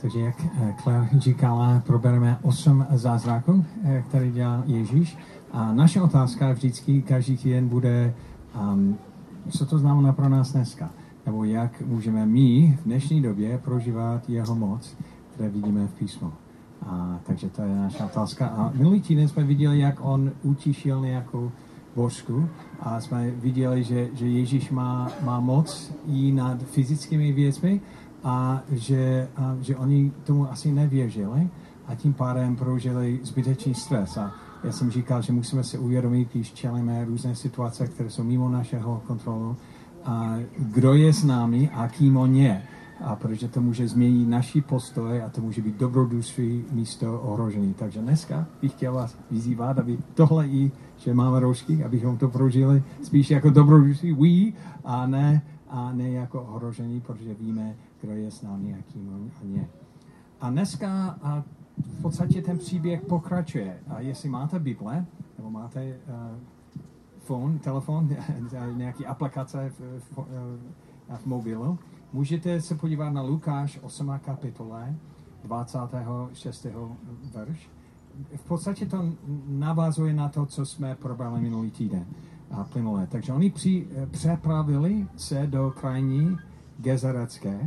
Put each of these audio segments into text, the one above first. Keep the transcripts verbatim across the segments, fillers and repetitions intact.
Takže jak Claire říkala, probereme osm zázraků, které dělal Ježíš. A naše otázka vždycky každý týden bude, um, co to znamená pro nás dneska. Nebo jak můžeme my v dnešní době prožívat jeho moc, které vidíme v písmu. A, takže to je naše otázka. A minulý týden jsme viděli, jak on utišil nějakou bouřku a jsme viděli, že, že Ježíš má, má moc i nad fyzickými věcmi a že, a, že oni tomu asi nevěřili a tím pádem prožili zbytečný stres. A já jsem říkal, že musíme si uvědomit, když čelíme různé situace, které jsou mimo našeho kontrolu, a kdo je s námi a kým on je. A protože to může změnit naši postoj a to může být dobrodružství místo ohrožení. Takže dneska bych chtěl vás vyzývat, aby tohle i, že máme roušky, abychom to prožili spíš jako dobrodružství, we, a ne, a ne jako ohrožení, protože víme, kdo je s námi a kým on je. A dneska a v podstatě ten příběh pokračuje. A jestli máte Bible, nebo máte uh, phone, telefon, nějaký aplikace v, v, v, v mobilu, můžete se podívat na Lukáš osmá kapitole, dvacátý šestý verš. V podstatě to navazuje na to, co jsme probrali minulý týden a plynulé. Takže oni při, přepravili se do krajiny Gezerecké,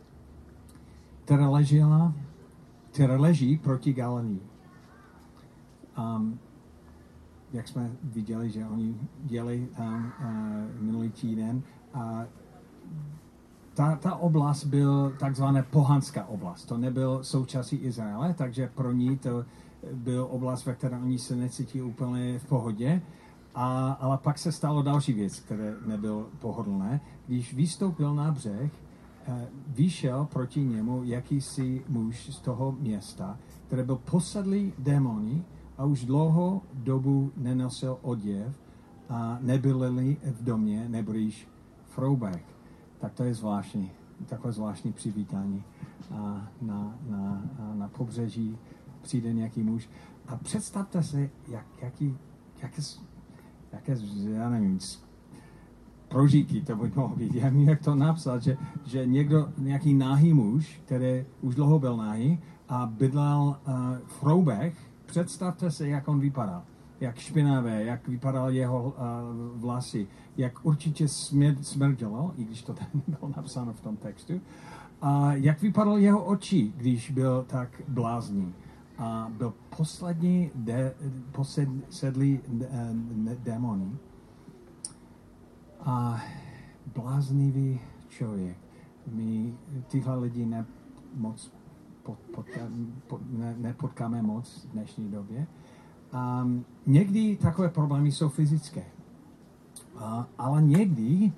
která ležela, která leží proti Galilei. Um, jak jsme viděli, že oni dělali tam uh, minulý týden a Ta, ta oblast byl takzvaná pohanská oblast. To nebyl součástí Izraele, takže pro ní to byl oblast, ve které oni se necítí úplně v pohodě. A, ale pak se stalo další věc, které nebyl pohodlné. Když vystoupil na břeh, vyšel proti němu jakýsi muž z toho města, který byl posedlý démony a už dlouhou dobu nenosil oděv a nebydleli v domě, nebrýž v roubech. Tak to je zvláštní, takové zvláštní přivítání. A na, na, na pobřeží přijde nějaký muž. A představte si, jak, jaký, jaké, jaké, já nevím, prožitky to by mohlo být. Já nevím, jak to napsat, že, že někdo, nějaký náhý muž, který už dlouho byl náhý a bydlel uh, v roubech, představte si, jak on vypadal. Jak špinavé, jak vypadal jeho uh, vlasy, jak určitě směr, smrdělo, i když to tam bylo napsáno v tom textu, a jak vypadal jeho oči, když byl tak blázný. A byl poslední de, posedlý de, de, démony a bláznivý člověk. My tyhle lidi ne, moc pod, pod, pod, ne, nepotkáme moc v dnešní době. Um, někdy takové problémy jsou fyzické, uh, ale někdy,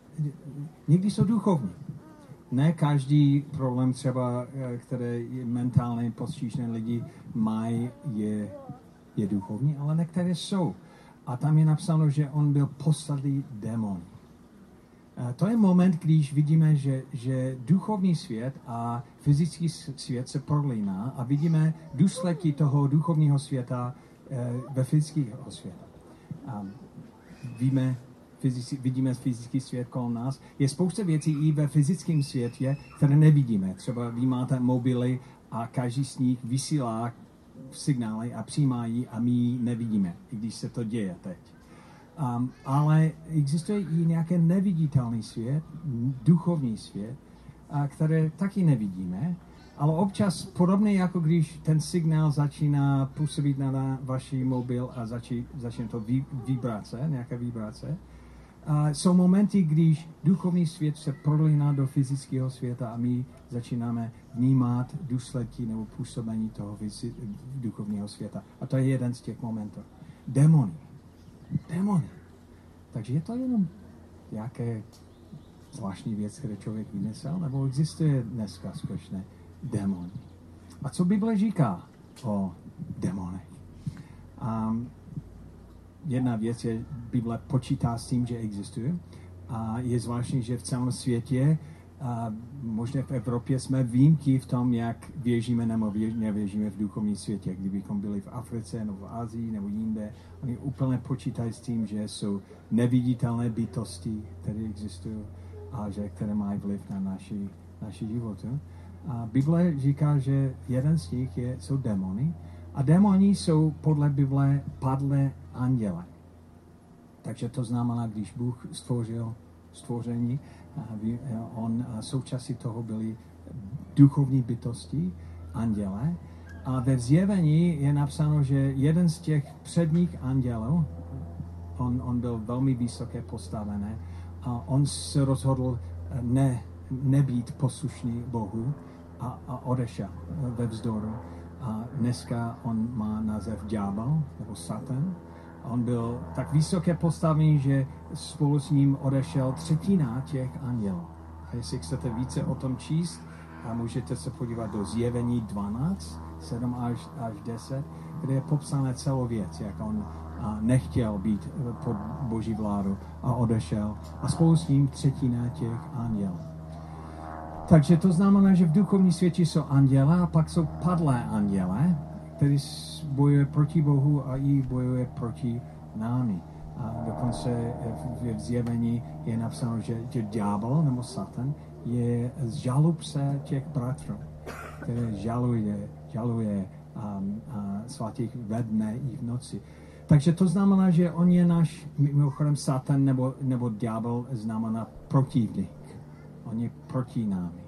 někdy jsou duchovní. Ne každý problém třeba, který mentálně postižené lidi mají, je, je duchovní, ale některé jsou. A tam je napsáno, že on byl posadlý démon. Uh, to je moment, když vidíme, že, že duchovní svět a fyzický svět se prolíná a vidíme důsledky toho duchovního světa ve fyzického světa. A víme, fyzici, vidíme fyzický svět kolem nás. Je spousta věcí i ve fyzickém světě, které nevidíme. Třeba vy máte mobily a každý z nich vysílá signály a přijímají a my ji nevidíme, i když se to děje teď. Um, ale existuje i nějaký neviditelný svět, duchovní svět, a které taky nevidíme. Ale občas podobně jako když ten signál začíná působit na vaší mobil a začí, začíná to vibrace, nějaké vibrace. A jsou momenty, když duchovní svět se prolíná do fyzického světa a my začínáme vnímat důsledky nebo působení toho duchovního světa. A to je jeden z těch momentů. Démony. Démony. Takže je to jenom nějaké zvláštní věc, které člověk vymyslel, nebo existuje dneska skutečně démoni. A co Bible říká o démonech? Um, jedna věc je, Bible počítá s tím, že existuje. A je zvláštní, že v celém světě, a možná v Evropě, jsme výjimky v tom, jak věříme nebo nevěříme v duchovním světě. Kdybychom byli v Africe nebo v Asii nebo jinde, oni úplně počítají s tím, že jsou neviditelné bytosti, které existují a že které mají vliv na naši, naši život. A Bible říká, že jeden z nich je, jsou démoni. A démoni jsou podle Bible padlé anděle. Takže to znamená, když Bůh stvořil stvoření, on součástí toho byly duchovní bytosti, anděle. A ve Zjevení je napsáno, že jeden z těch předních andělů, on, on byl velmi vysoké postavený, a on se rozhodl ne, nebýt poslušný Bohu a, a odešel ve vzdoru. A dneska on má název ďábel, nebo Satan. On byl tak vysoké postavený, že spolu s ním odešel třetina těch andělů. A jestli chcete více o tom číst, a můžete se podívat do Zjevení dvanáct, sedm až, až deset, kde je popsané celou věc, jak on a, nechtěl být pod Boží vládu a odešel. A spolu s ním třetina těch andělů. Takže to znamená, že v duchovním světě jsou anděle a pak jsou padlé anděle, který bojuje proti Bohu a i bojuje proti námi. A dokonce v Zjevení je napsáno, že, že ďábel nebo Satan je žalobce těch bratrů, který žaluje, žaluje um, uh, svatých ve dne i v noci. Takže to znamená, že on je náš, mimochodem Satan nebo, nebo ďábel znamená protivník. On je proti námi.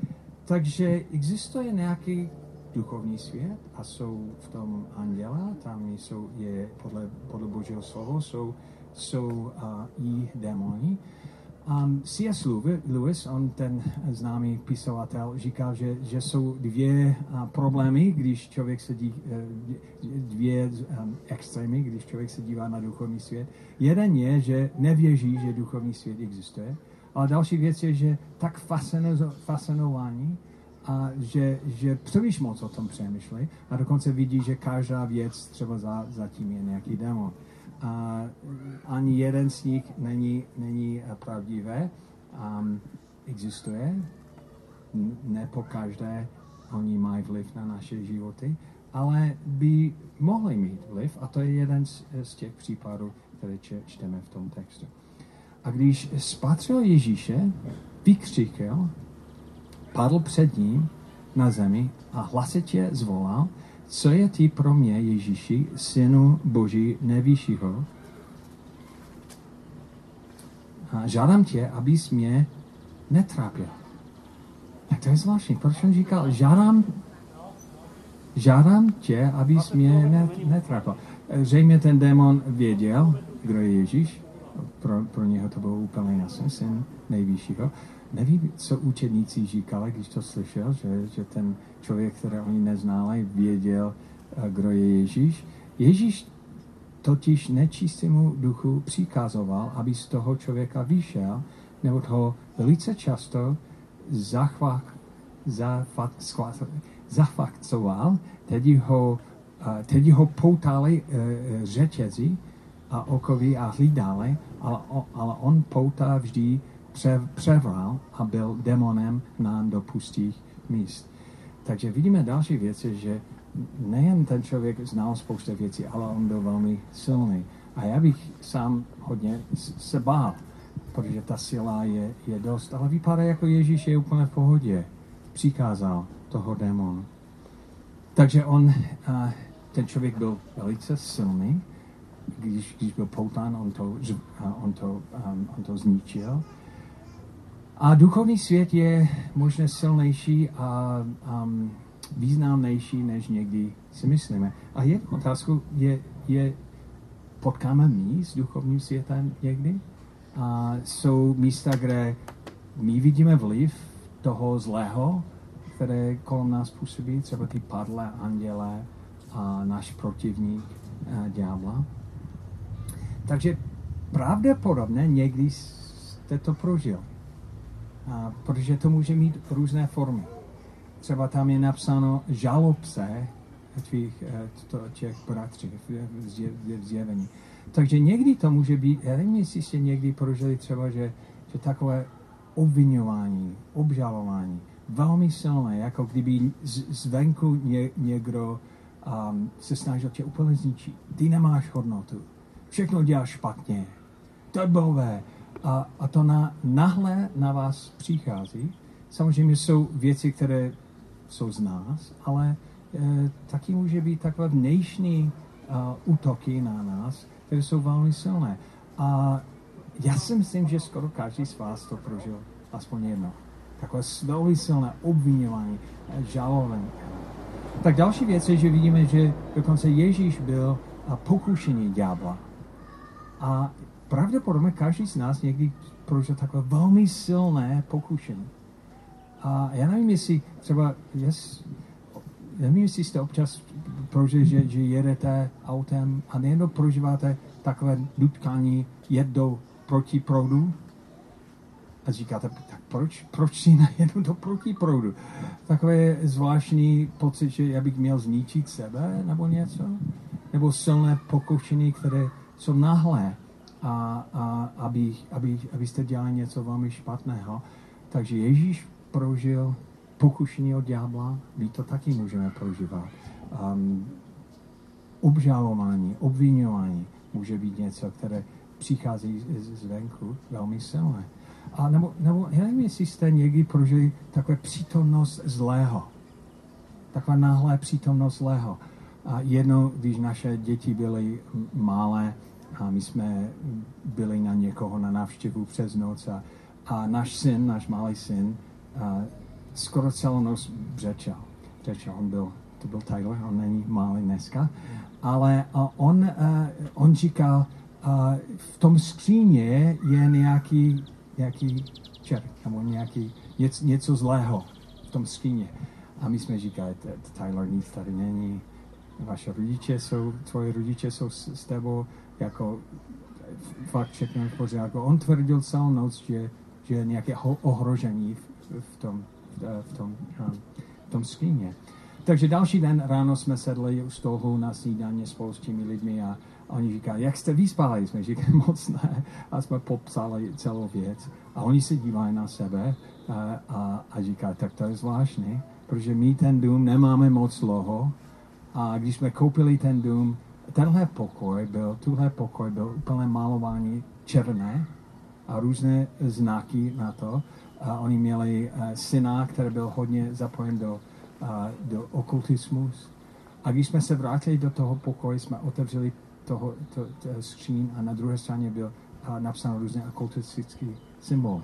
Takže existuje nějaký duchovní svět a jsou v tom anděla, tam jsou, je podle, podle Božího slova, jsou, jsou uh, i démoni. Um, C S. Lewis, on ten známý pisovatel, říkal, že, že jsou dvě uh, problémy, když člověk se dí, uh, dvě um, extrémy, když člověk se dívá na duchovní svět. Jeden je, že nevěří, že duchovní svět existuje, ale další věc je, že tak fascinování, a že, že příliš moc o tom přemýšlí a dokonce vidí, že každá věc třeba za, zatím je nějaký démon. A ani jeden z nich není, není pravdivé. Um, existuje, ne po každé oni mají vliv na naše životy, ale by mohli mít vliv a to je jeden z, z těch případů, které čteme v tom textu. A když spatřil Ježíše, vykřikl, padl před ním na zemi a hlasitě zvolal, co je ty pro mě, Ježíši, synu Boží nejvyššího? A žádám tě, abys mě netrápil. Tak to je zvláštní. Proč on říkal, žádám, žádám tě, abys mě netrápil. Zřejmě ten démon věděl, kdo je Ježíš. Pro, pro něho to bylo úplně jasné, syn nejvyššího. Nevím, co učedníci říkali, když to slyšel, že, že ten člověk, který oni neznali, věděl, kdo je Ježíš. Ježíš totiž nečistému duchu přikazoval, aby z toho člověka vyšel, nebo ho velice často zachvak, zafak, zafakcoval, tedy ho, tedy ho poutali řetězy a okoví a hlídali, ale, ale on poutá vždy převral a byl démonem na dopustých míst. Takže vidíme další věci, že nejen ten člověk znal spoustu věcí, ale on byl velmi silný. A já bych sám hodně se bál, protože ta síla je, je dost. Ale vypadá jako Ježíš je úplně v pohodě. Přikázal toho démonu. Takže on, ten člověk byl velice silný. Když, když byl poután, on to, on to, um, on to zničil. A duchovní svět je možná silnější a um, významnější, než někdy si myslíme. A jednu otázku je, je potkáme my s duchovním světem někdy? A jsou místa, kde my vidíme vliv toho zlého, které kolem nás působí, třeba ty padlé anděle a náš protivník a ďábla. Takže pravděpodobně někdy jste to prožil. A protože to může mít různé formy. Třeba tam je napsáno žalobce tvých, těch bratří v Zjevení. Takže někdy to může být, já nevím, jestli jste někdy prožili třeba, že, že takové obviňování, obžalování, velmi silné, jako kdyby z, zvenku ně, někdo um, se snažil tě úplně zničit. Ty nemáš hodnotu. Všechno děláš špatně. To je blbé. A, a to na, nahle na vás přichází. Samozřejmě jsou věci, které jsou z nás, ale e, taky může být takové vnější útoky na nás, které jsou velmi silné. A já si myslím, že skoro každý z vás to prožil aspoň jedno. Takové velmi silné obviňování, žalování. Tak další věc je, že vidíme, že dokonce Ježíš byl pokušený ďábla. A pravděpodobně každý z nás někdy prožil takové velmi silné pokušení. A já nevím, jestli třeba, yes, já nevím, jestli jste občas prožili, že, že jedete autem a nejednou prožíváte takové nutkání jet do protiproudu a říkáte, tak proč, proč si najedu do protiproudu? Takové zvláštní pocit, že já bych měl zničit sebe nebo něco? Nebo silné pokušení, které jsou náhlé, a, a aby, aby, abyste dělali něco velmi špatného. Takže Ježíš prožil pokušení od ďábla, my to taky můžeme prožívat. Um, obžalování, obviňování může být něco, které přichází z, zvenku velmi silné. A nebo, nebo já nevím, jestli jste někdy prožili takové přítomnost zlého. Taková náhlá přítomnost zlého. A jednou, když naše děti byly malé a my jsme byli na někoho na návštěvu přes noc a, a náš syn, náš malý syn, a skoro celou noc břečel. Břečel, on byl, to byl Tyler, on není malý dneska, ale a on, uh, on říkal, uh, v tom skříně je nějaký, nějaký čert, nebo nějaký, něco, něco zlého v tom skříně. A my jsme říkali, Tyler, nic tady není, vaše rodiče jsou, tvoje rodiče jsou s, s tebou, jako fakt všechno v pořádku. On tvrdil celou noc, že, že je nějaké ohrožení v, v tom, v tom, v tom skříně. Takže další den ráno jsme sedli u stolu na snídaně spolu s těmi lidmi a oni říkali, jak jste vyspali? Jsme říkali, moc ne. A jsme popsali celou věc. A oni se dívají na sebe a, a, a říkají, tak to je zvláštní, protože my ten dům nemáme moc dlouho a když jsme koupili ten dům, tenhle pokoj byl, tuhle pokoj byl úplně malování černé a různé znaky na to. A oni měli uh, syna, který byl hodně zapojen do, uh, do okultismu. A když jsme se vrátili do toho pokoje, jsme otevřeli toho, to, to skříň a na druhé straně byl uh, napsáno různé okultistické symboly.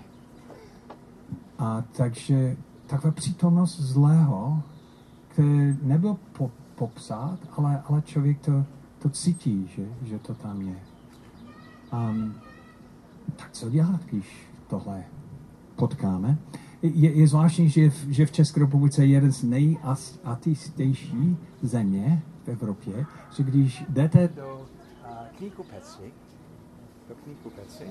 A takže taková přítomnost zlého, který nebyl po, popsat, ale, ale člověk to, to cítí, že, že to tam je. Um, tak co dělat, když tohle potkáme? Je, je zvláštní, že v, že v České republice je jeden z nejateističtější země v Evropě, že když jdete do uh, knihkupectví, do knihkupectví,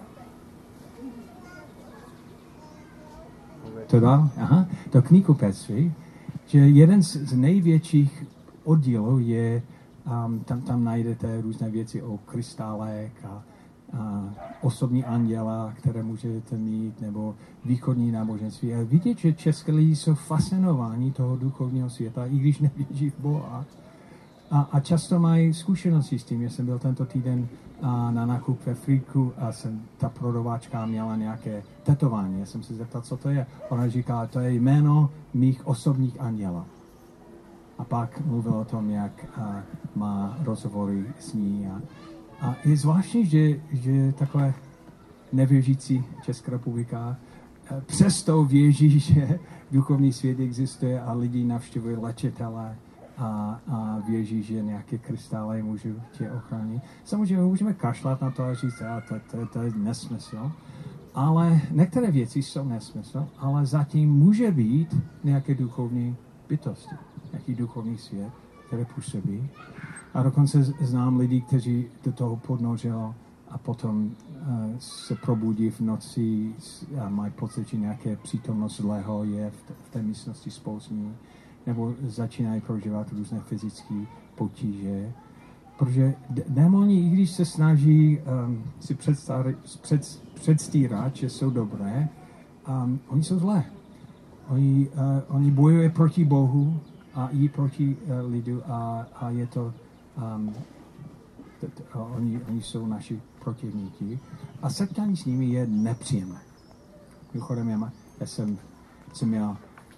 to dál? Aha, do knihkupectví, že jeden z, z největších oddílů je, um, tam, tam najdete různé věci o krystálech a a osobní anděla, které můžete mít, nebo východní náboženství. A vidět, že české lidi jsou fascinováni toho duchovního světa, i když nevěří v Boha. A, a často mají zkušenosti s tím. Já jsem byl tento týden a, na nákup ve Frýdku a jsem, ta prodavačka měla nějaké tetování. Já jsem se zeptal, co to je. Ona říká, to je jméno mých osobních andělů. A pak mluvil o tom, jak a, má rozhovory s ní. A, A je zvláštní, že, že takové nevěřící Česká republika přesto věří, že duchovní svět existuje a lidi navštěvují léčitele a, a věří, že nějaké krystály můžou tě ochránit. Samozřejmě můžeme kašlat na to a říct, a to, to, to je nesmysl, ale některé věci jsou nesmysl, ale zatím může být nějaké duchovní bytosti, nějaký duchovní svět, které působí. A dokonce znám lidi, kteří do toho podnořili a potom uh, se probudí v noci a mají pocit, že nějaké přítomnost zlého je v, t- v té místnosti spolu s nimi, nebo začínají prožívat různé fyzické potíže. Protože d- démoni, i když se snaží um, si před, předstírat, že jsou dobré, um, oni jsou zlé. Oni, uh, oni bojují proti Bohu a i proti uh, lidu a, a je to Um, t- t- oni, oni jsou naši protivníci a setkání s nimi je nepříjemné. Mimochodem, já, já jsem, jsem měl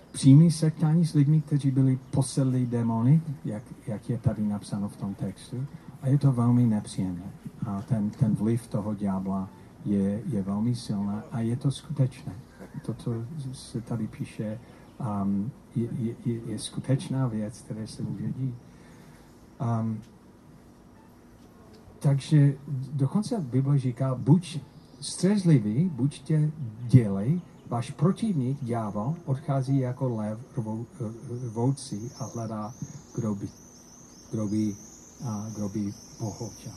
přímý setkání s lidmi, kteří byli posedlí démony, jak, jak je tady napsáno v tom textu. A je to velmi nepříjemné. A ten, ten vliv toho ďábla je, je velmi silný a je to skutečné. To, co se tady píše, um, je, je, je skutečná věc, která se může dít. Um, takže dokonce Bible říká, buď střezlivý, buď tě dělej, váš protivník, ďábel, odchází jako lev rvoucí a hledá, kdo by, kdo by, a, kdo by pohltil.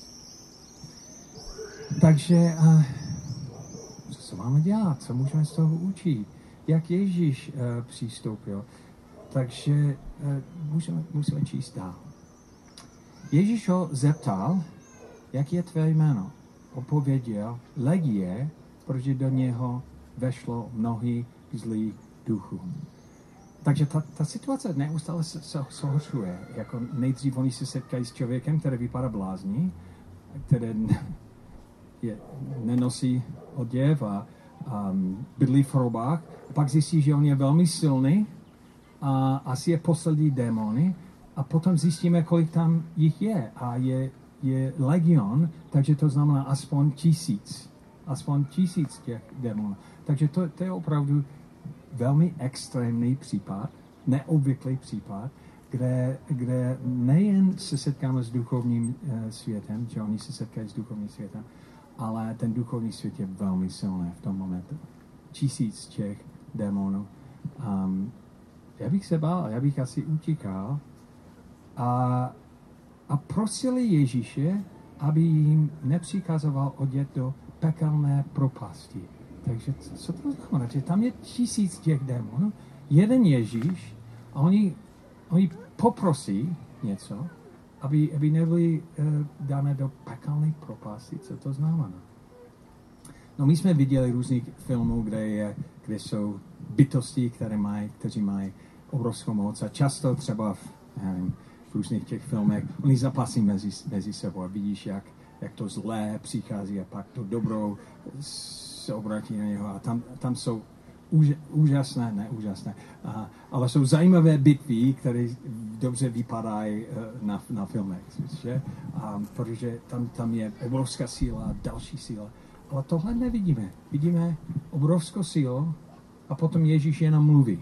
Takže a, co se máme dělat? Co můžeme z toho učit? Jak Ježíš uh, přistoupil? Takže uh, můžeme, musíme číst dál. Ježíš ho zeptal, jak je tvé jméno. Odpověděl, Legie, protože do něho vešlo mnohý zlých duchů. Takže ta, ta situace neustále se, se zhoršuje. Jako nejdřív oni se setkají s člověkem, který vypadá blázní, který je, nenosí oděv a um, bydlí v chrobách. Pak zjistí, že on je velmi silný a asi je poslední démony. A potom zjistíme, kolik tam jich je. A je, je legion, takže to znamená aspoň tisíc. Aspoň tisíc těch démonů. Takže to, to je opravdu velmi extrémní případ, neobvyklý případ, kde, kde nejen se setkáme s duchovním uh, světem, že oni se setkají s duchovním světem, ale ten duchovní svět je velmi silný v tom momentu. Tisíc těch démonů. Um, já bych se bál, já bych asi utíkal a, a prosili Ježíše, aby jim nepřikazoval odjet do pekelné propasti. Takže co to znamená? Že tam je tisíc těch démonů, jeden Ježíš a oni, oni poprosí něco, aby, aby nebyli uh, dány do pekelné propasti. Co to znamená? No my jsme viděli různých filmů, kde, je, kde jsou bytosti, které mají, kteří mají obrovskou moc a často třeba v, nevím, v různých těch filmech, oni zapasí mezi, mezi sebou a vidíš, jak, jak to zlé přichází a pak to dobrou se obratí na něho a tam, tam jsou úž, úžasné, ne úžasné, aha, ale jsou zajímavé bitvy, které dobře vypadají na, na filmech, že? A, protože tam, tam je obrovská síla, další síla. Ale tohle nevidíme. Vidíme obrovskou sílu a potom Ježíš jenom mluví.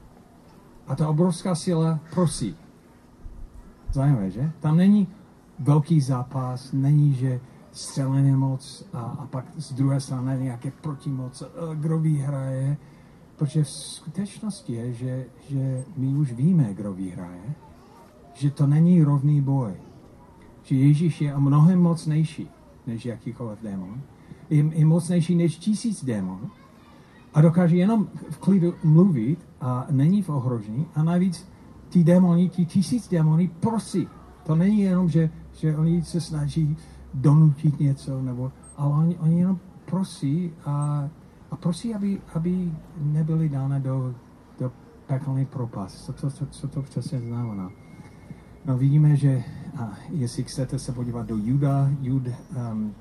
A ta obrovská síla prosí. Zajímavé, že? Tam není velký zápas, není, že střelený moc a, a pak z druhé strany nějaké protimoc, kdo vyhraje. Protože v skutečnosti je, že, že my už víme, kdo vyhraje, že to není rovný boj. Že Ježíš je mnohem mocnější než jakýkoliv démon. Je, je mocnější než tisíc démonů a dokáže jenom v klidu mluvit a není v ohrožení a navíc ty démoni, ty tisíc démonů prosí. To není jenom, že, že oni se snaží donutit něco, nebo, ale oni, oni jenom prosí a, a prosí, aby, aby nebyli dány do, do pekelné propasti. Co to, co, co to přesně znamená? No vidíme, že a jestli chcete se podívat do Juda, Jud um,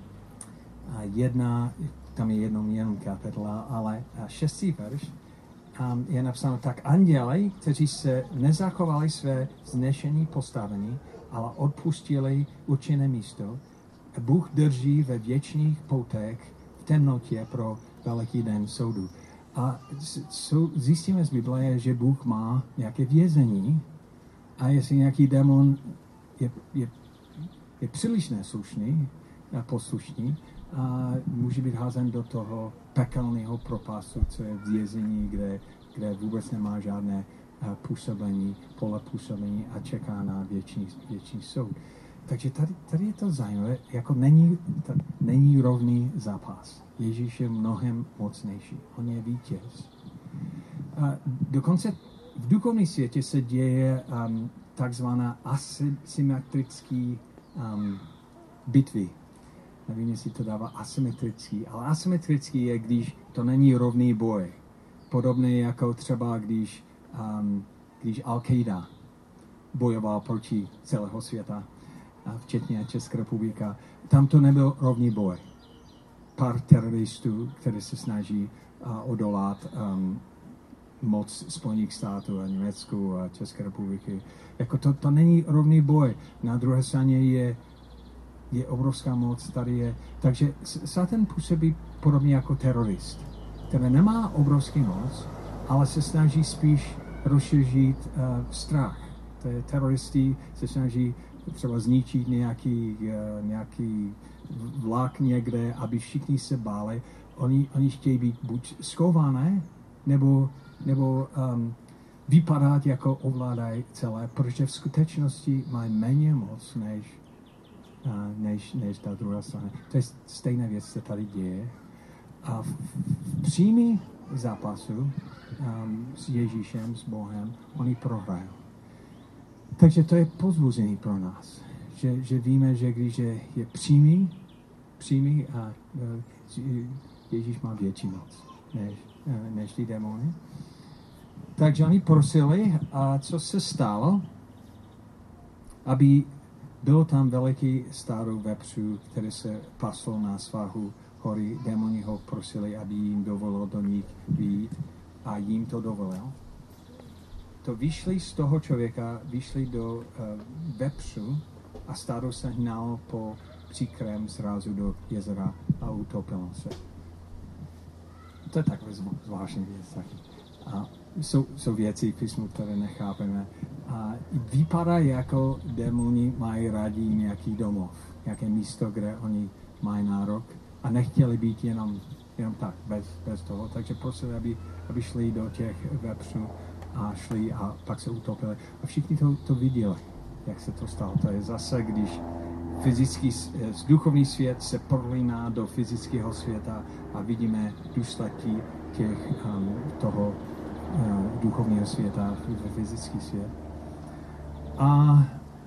a jedna, tam je jednou jenom kapitola, ale šestý verš um, je napsáno tak. Anděli, kteří se nezachovali své vznešení postavení, ale odpustili určené místo, Bůh drží ve věčných poutech v temnotě pro veliký den soudu. A zjistíme z Bible, že Bůh má nějaké vězení a jestli nějaký démon je, je, je příliš neslušný a poslušný, a může být házen do toho pekelného propastu, co je vězení, kde, kde vůbec nemá žádné působení, pole působení a čeká na věčný, věčný soud. Takže tady, tady je to zajímavé, jako není, tady není rovný zápas. Ježíš je mnohem mocnější. On je vítěz. A dokonce v duchovním světě se děje um, takzvaná asymetrický um, bitvy. Nevím, jestli to dává asymetrický, ale asymetrický je, když to není rovný boj. Podobný jako třeba, když, um, když Al-Qaida bojoval proti celého světa, a včetně České republiky. Tam to nebyl rovný boj. Pár teroristů, kteří se snaží uh, odolat um, moc Spojených států a Německu a České republiky. Jako to, to není rovný boj. Na druhé straně je, je obrovská moc, tady je. Takže Satan působí podobně jako terorist, který nemá obrovský moc, ale se snaží spíš rozšířit uh, strach. To je teroristi se snaží třeba zničit nějaký, uh, nějaký vlak někde, aby všichni se báli. Oni, oni chtějí být buď schované, nebo, nebo um, vypadat jako ovládají celé, protože v skutečnosti mají méně moc než, uh, než, než ta druhá strana. To je stejná věc, co tady děje. A v, v přímý zápasu um, s Ježíšem, s Bohem, oni prohrají. Takže to je povzbuzení pro nás, že, že víme, že když je, je přímý, přímý a uh, Ježíš má větší moc než, uh, než ty démony. Takže oni prosili, a co se stalo, aby bylo tam veliký stádo vepřů, které se paslo na svahu hory. Démoni ho prosili, aby jim dovolil do nich vyjít, a jim to dovolil. To vyšli z toho člověka, vyšli do uh, vepřů a stádo se hnalo po příkrém zrazu do jezera a utopilo se. To je takové zvláštní věc taky. A jsou, jsou věci v písmu, které nechápeme. A vypadá, jako démoni mají rádi nějaký domov, nějaké místo, kde oni mají nárok a nechtěli být jenom, jenom tak, bez, bez toho. Takže prosili, aby, aby šli do těch vepřů a šli a pak se utopili. A všichni to, to viděli, jak se to stalo. To je zase, když fyzický, duchovní svět se prolíná do fyzického světa a vidíme důsledky těch, um, toho uh, duchovního světa ve fyzický svět. A,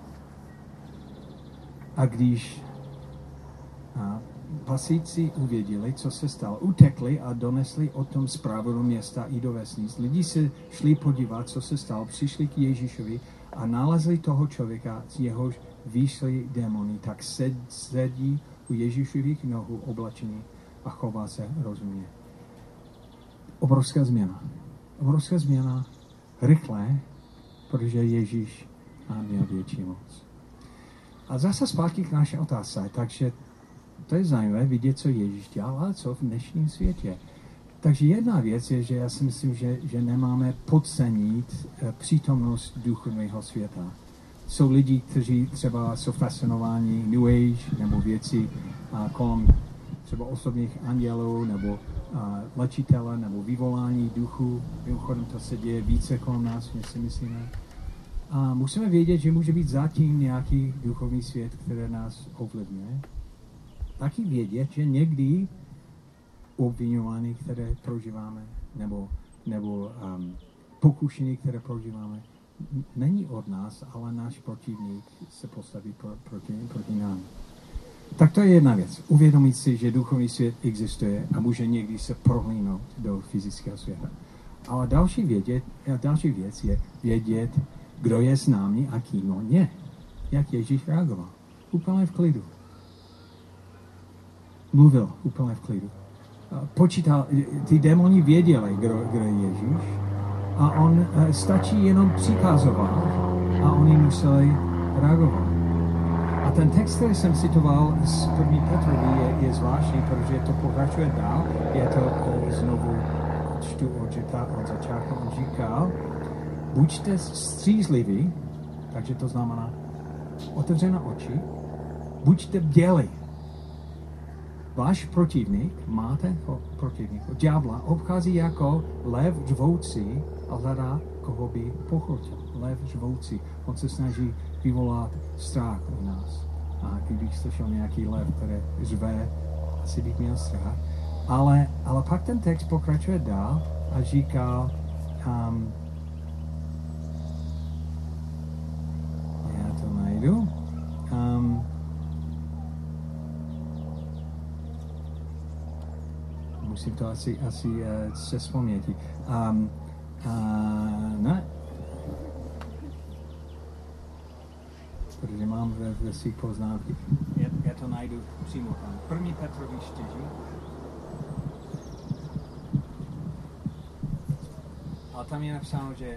a když a pasíci uvěděli, co se stalo, utekli a donesli o tom zprávu do města i do vesnic. Lidi se šli podívat, co se stalo, přišli k Ježíšovi a nalezli toho člověka, z jehož vyšli démoni, tak sed, sedí u Ježíšových nohou oblečení a chová se rozumně. Obrovská změna. Obrovská změna, rychle, protože Ježíš měl větší moc. A zase zpátky k naší otázce, takže to je zajímavé vidět, co Ježíš dělal, ale co v dnešním světě. Takže jedna věc je, že já si myslím, že, že nemáme podcenit přítomnost duchovního světa. Jsou lidi, kteří třeba jsou fascinováni New Age nebo věci a, kolem třeba osobních andělů nebo a, léčitele nebo vyvolání duchu. Mimochodem to se děje více kolem nás, než si myslíme. A musíme vědět, že může být zatím nějaký duchovní svět, který nás ovlivňuje. Taky vědět, že někdy obviňování, které prožíváme, nebo, nebo um, pokušení, které prožíváme, není od nás, ale náš protivník se postaví pro, proti, proti nám. Tak to je jedna věc. Uvědomit si, že duchovní svět existuje a může někdy se prohlínout do fyzického světa. Ale další, vědět, další věc je vědět, kdo je s námi a kým on je. Jak Ježíš reagoval. Úplně v klidu. Mluvil úplně v klidu. Počítal, ty démoni věděli, kdo, kdo je Ježíš, a on stačí jenom přikazovat a oni museli reagovat. A ten text, který jsem citoval z první Petrovi, je, je zvláštní, protože to pokračuje dál. Je to znovu čtu od, od začátku. On říkal, buďte střízliví, takže to znamená otevřené oči, buďte bdělí. Váš protivník, máte protivníka, ďábla, obchází jako lev žvoucí a hledá, koho by pochotil. Lev žvoucí. On se snaží vyvolat strach u nás. A kdybych slyšel nějaký lev, který řve, asi bych měl strach. Ale, ale pak ten text pokračuje dál a říká, um, já to najdu, um, musím to asi, asi uh, se vzpomnět. Um, uh, ne? Protože mám ve, ve svých poznámky. Já, já to najdu přímo tam. První Petrovi čtyři. ale tam je napsáno, že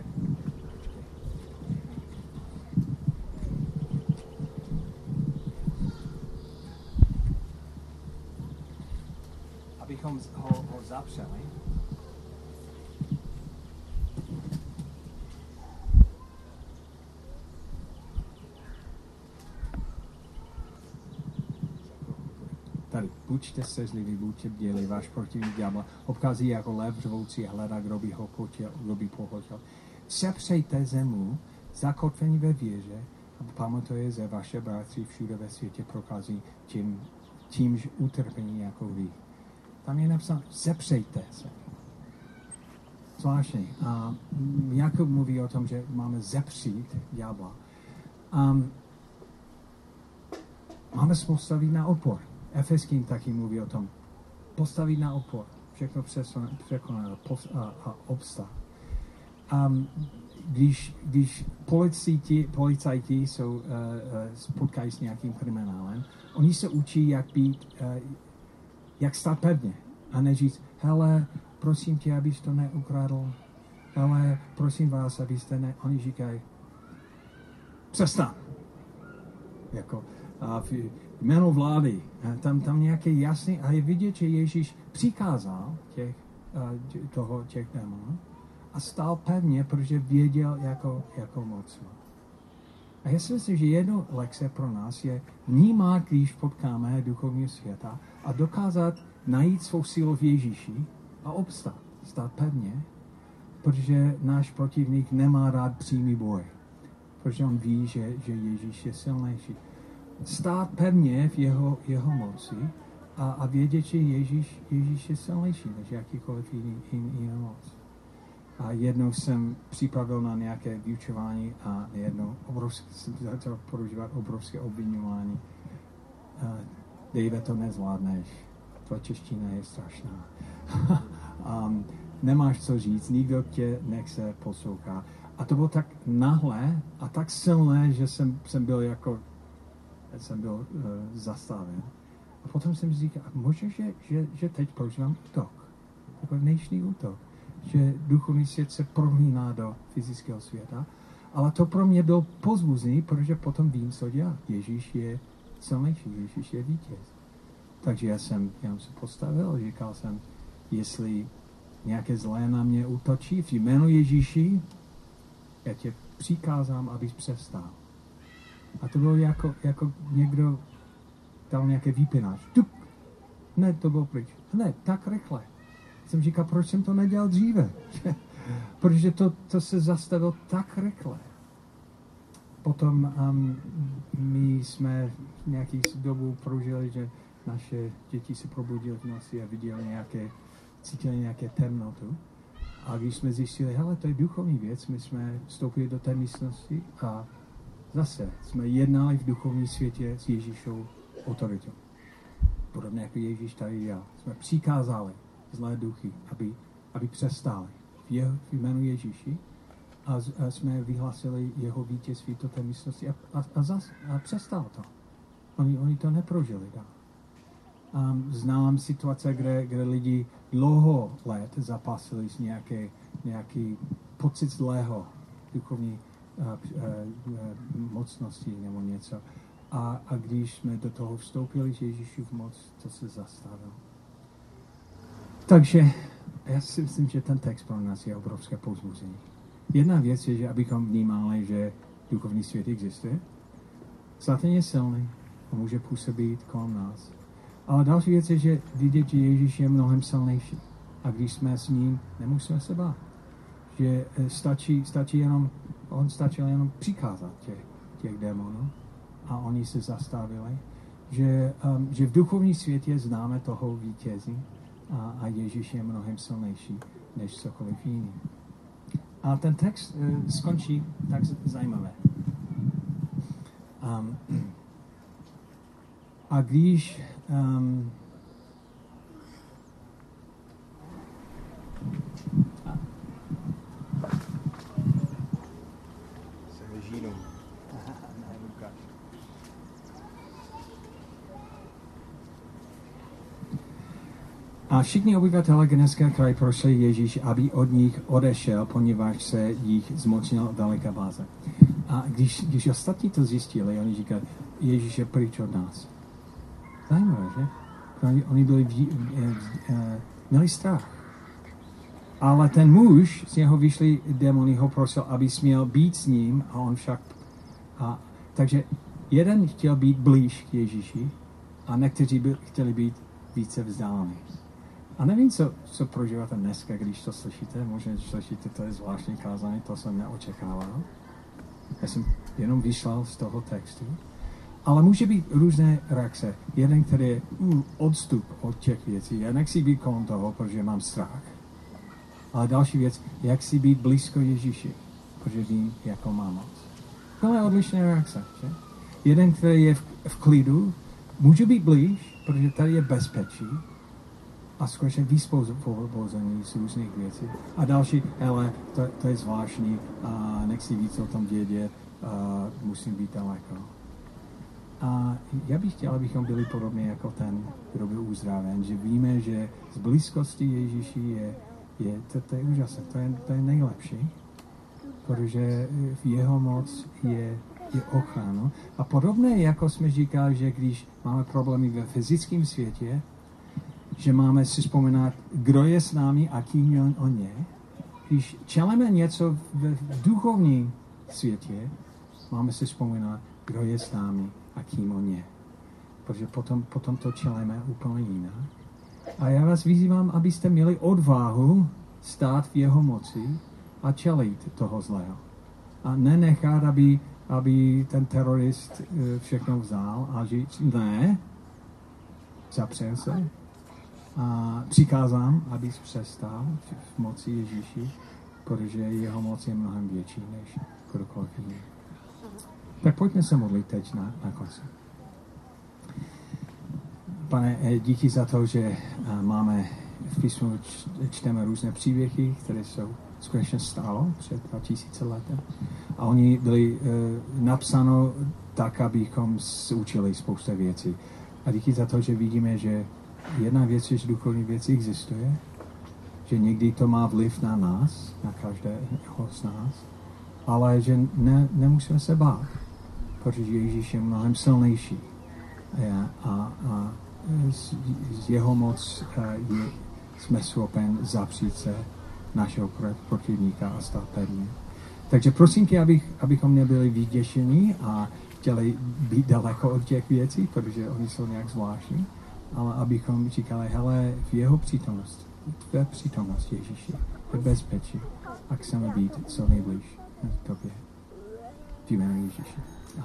abychom ho, ho zapřeli. Tady, buďte střežliví, buďte bdělí, váš protivník ďábla obchází jako lev řvoucí a hledá, kdo by ho potěl, kdo by pohltil. Sepřejte zemu, zakotvení ve věže, a pamatuje, že vaše bratři všude ve světě prochází tím, tímž utrpení jako vy. Tam je napsáno, sepřejte se. Zvláštní. A Jakub mluví o tom, že máme zepřít ďábla. Um, máme se postavit na opor. Efeským taky mluví o tom. Postavit na opor. Všechno překonat a, a obstát. Um, když, když policajti, policajti jsou, uh, uh, spotkají s nějakým kriminálem, oni se učí, jak být, uh, jak stát pevně. A neříct, hele, prosím tě, abys to neukradl. Hele, prosím vás, abyste ne... Oni říkají, přestan. Jako, a v jméno vlády, tam, tam nějaký jasný, a je vidět, že Ježíš přikázal těch, uh, toho, těch démonů a stál pevně, protože věděl, jako, jako moc. A já si myslím, že jedno lekce pro nás je vnímat, když potkáme duchovního světa a dokázat najít svou sílu v Ježíši a obstát, stát pevně, protože náš protivník nemá rád přímý boj, protože on ví, že, že Ježíš je silnější. Stát pevně v jeho, jeho moci a, a vědět, že Ježíš, Ježíš je silnější než jakýkoliv jiný, jiný, jiný moc. A jednou jsem připravil na nějaké vyučování a jednou obrovské, jsem začal používat obrovské obviňování. Uh, Dave, to nezvládneš. Tvoje čeština je strašná. um, nemáš co říct, nikdo tě nechce poslouchat. A to bylo tak nahlé a tak silné, že jsem, jsem byl jako jsem byl uh, zastaven. A potom jsem si říkal, možná, že, že, že teď prožívám útok. Takový dnešní útok. Že duchovní svět se promíná do fyzického světa. Ale to pro mě byl pozbuzný, protože potom vím, co dělat. Ježíš je silnější, Ježíš je vítěz. Takže já jsem, já jsem se postavil a říkal jsem, jestli nějaké zlé na mě útočí v jménu Ježíši, já tě přikázám, abys přestal. A to bylo jako, jako někdo dal nějaké výpinač. Tuk! Ne, to bylo pryč. Ne, tak rychle. Jsem říkal, proč jsem to nedělal dříve? Protože to, to se zastavilo tak rychle. Potom um, my jsme nějaký dobu prožili, že naše děti se probudily v noci a viděli nějaké, cítili nějaké temnotu. A když jsme zjistili, hele, to je duchovní věc, my jsme vstoupili do té místnosti a zase jsme jednali v duchovním světě s Ježíšovou autoritou. Podobně jako Ježíš tady dělal. Jsme přikázali zlé duchy, aby, aby přestáli v, jeho, v jménu Ježíši a, z, a jsme vyhlásili jeho vítězství do té místnosti a, a, a, zas, a přestalo to. Oni, oni to neprožili dál. Um, znám situace, kde, kde lidi dlouho let zapasili s nějaké, nějaký pocit zlého duchovní uh, uh, uh, mocnosti nebo něco. A, a když jsme do toho vstoupili, že Ježíšův moc, to se zastavilo. Takže já si myslím, že ten text pro nás je obrovské povzbuzení. Jedna věc je, že abychom vnímali, že duchovní svět existuje. Satan je silný a může působit kolem nás. Ale další věc je, že vidět, že Ježíš je mnohem silnější. A když jsme s ním, nemusíme se bát. Že stačí, stačí jenom, on stačil jenom přikázat těch, těch démonů a oni se zastavili. Že, um, že v duchovní světě známe toho vítězi a, a Ježíš je mnohem silnější než cokoliv jiný. A ten text uh, skončí tak zajímavé. Um, a když um, a, se žínou. A všichni obyvatelé Geneské kraje prosili Ježíš, aby od nich odešel, poněvadž se jich zmocnil veliká báze. A když, když ostatní to zjistili, oni říkali, Ježíš je pryč od nás. Zajímavé, že? Oni, oni byli, v, eh, eh, měli strach. Ale ten muž, z něho vyšli démoni, ho prosil, aby směl být s ním, a on však... A, takže jeden chtěl být blíž k Ježíši, a někteří by, chtěli být více vzdálení. A nevím, co, co prožíváte dneska, když to slyšíte. Možná, když slyšíte, to je zvláštní kázání, to jsem neočekával. Já jsem jenom vyšel z toho textu. Ale může být různé reakce. Jeden, který je uh, odstup od těch věcí. Já nechci být kolem toho, protože mám strach. Ale další věc, jak si být blízko Ježíši, protože vím, jakou mám moc. To je odlišné reakce. Že? Jeden, který je v, v klidu, může být blíž, protože tady je bezpečí a skutečně vysvobození z různých věcí. A další, hele, to, to je zvláštní, a nechci víc o tom vědět, a musím být daleko. A já bych chtěl, abychom byli podobně jako ten, kdo byl uzdraven, že víme, že z blízkosti Ježíši je, je to, to je úžasné, to je, to je nejlepší, protože v jeho moc je, je ochrana. A podobné, jako jsme říkali, že když máme problémy ve fyzickém světě, že máme si vzpomínat, kdo je s námi a kým on je. Když čelíme něco v duchovním světě, máme si vzpomínat, kdo je s námi a kým on je. Protože potom, potom to čelíme úplně jinak. A já vás vyzývám, abyste měli odvahu stát v jeho moci a čelit toho zlého. A nenechat, aby, aby ten terorist všechno vzal a říct, ne, zapřel se a přikázám, abys přestal v moci Ježíši, protože jeho moc je mnohem větší než kdokoliv jiný. Tak pojďme se modlit teď na, na konci. Pane, díky za to, že máme v písmu, čteme různé příběhy, které jsou skutečně stálo před dva tisíce lety. A oni byli uh, napsáno tak, abychom se učili spousta věcí. A díky za to, že vidíme, že jedna věc, že duchovní věc existuje, že někdy to má vliv na nás, na každého z nás, ale že ne, nemusíme se bát, protože Ježíš je mnohem silnější. A, a, a z, z jeho moc je, jsme schopen zapřít se našeho protivníka a stát pevný. Takže prosím tě, abych, abychom nebyli vyděšení a chtěli být daleko od těch věcí, protože oni jsou nějak zvláštní, ale abychom říkali, hele, v jeho přítomnost, tvé přítomnost Ježíši, je bezpečí a chceme být co nejblíž tobě. V jménu Ježíši.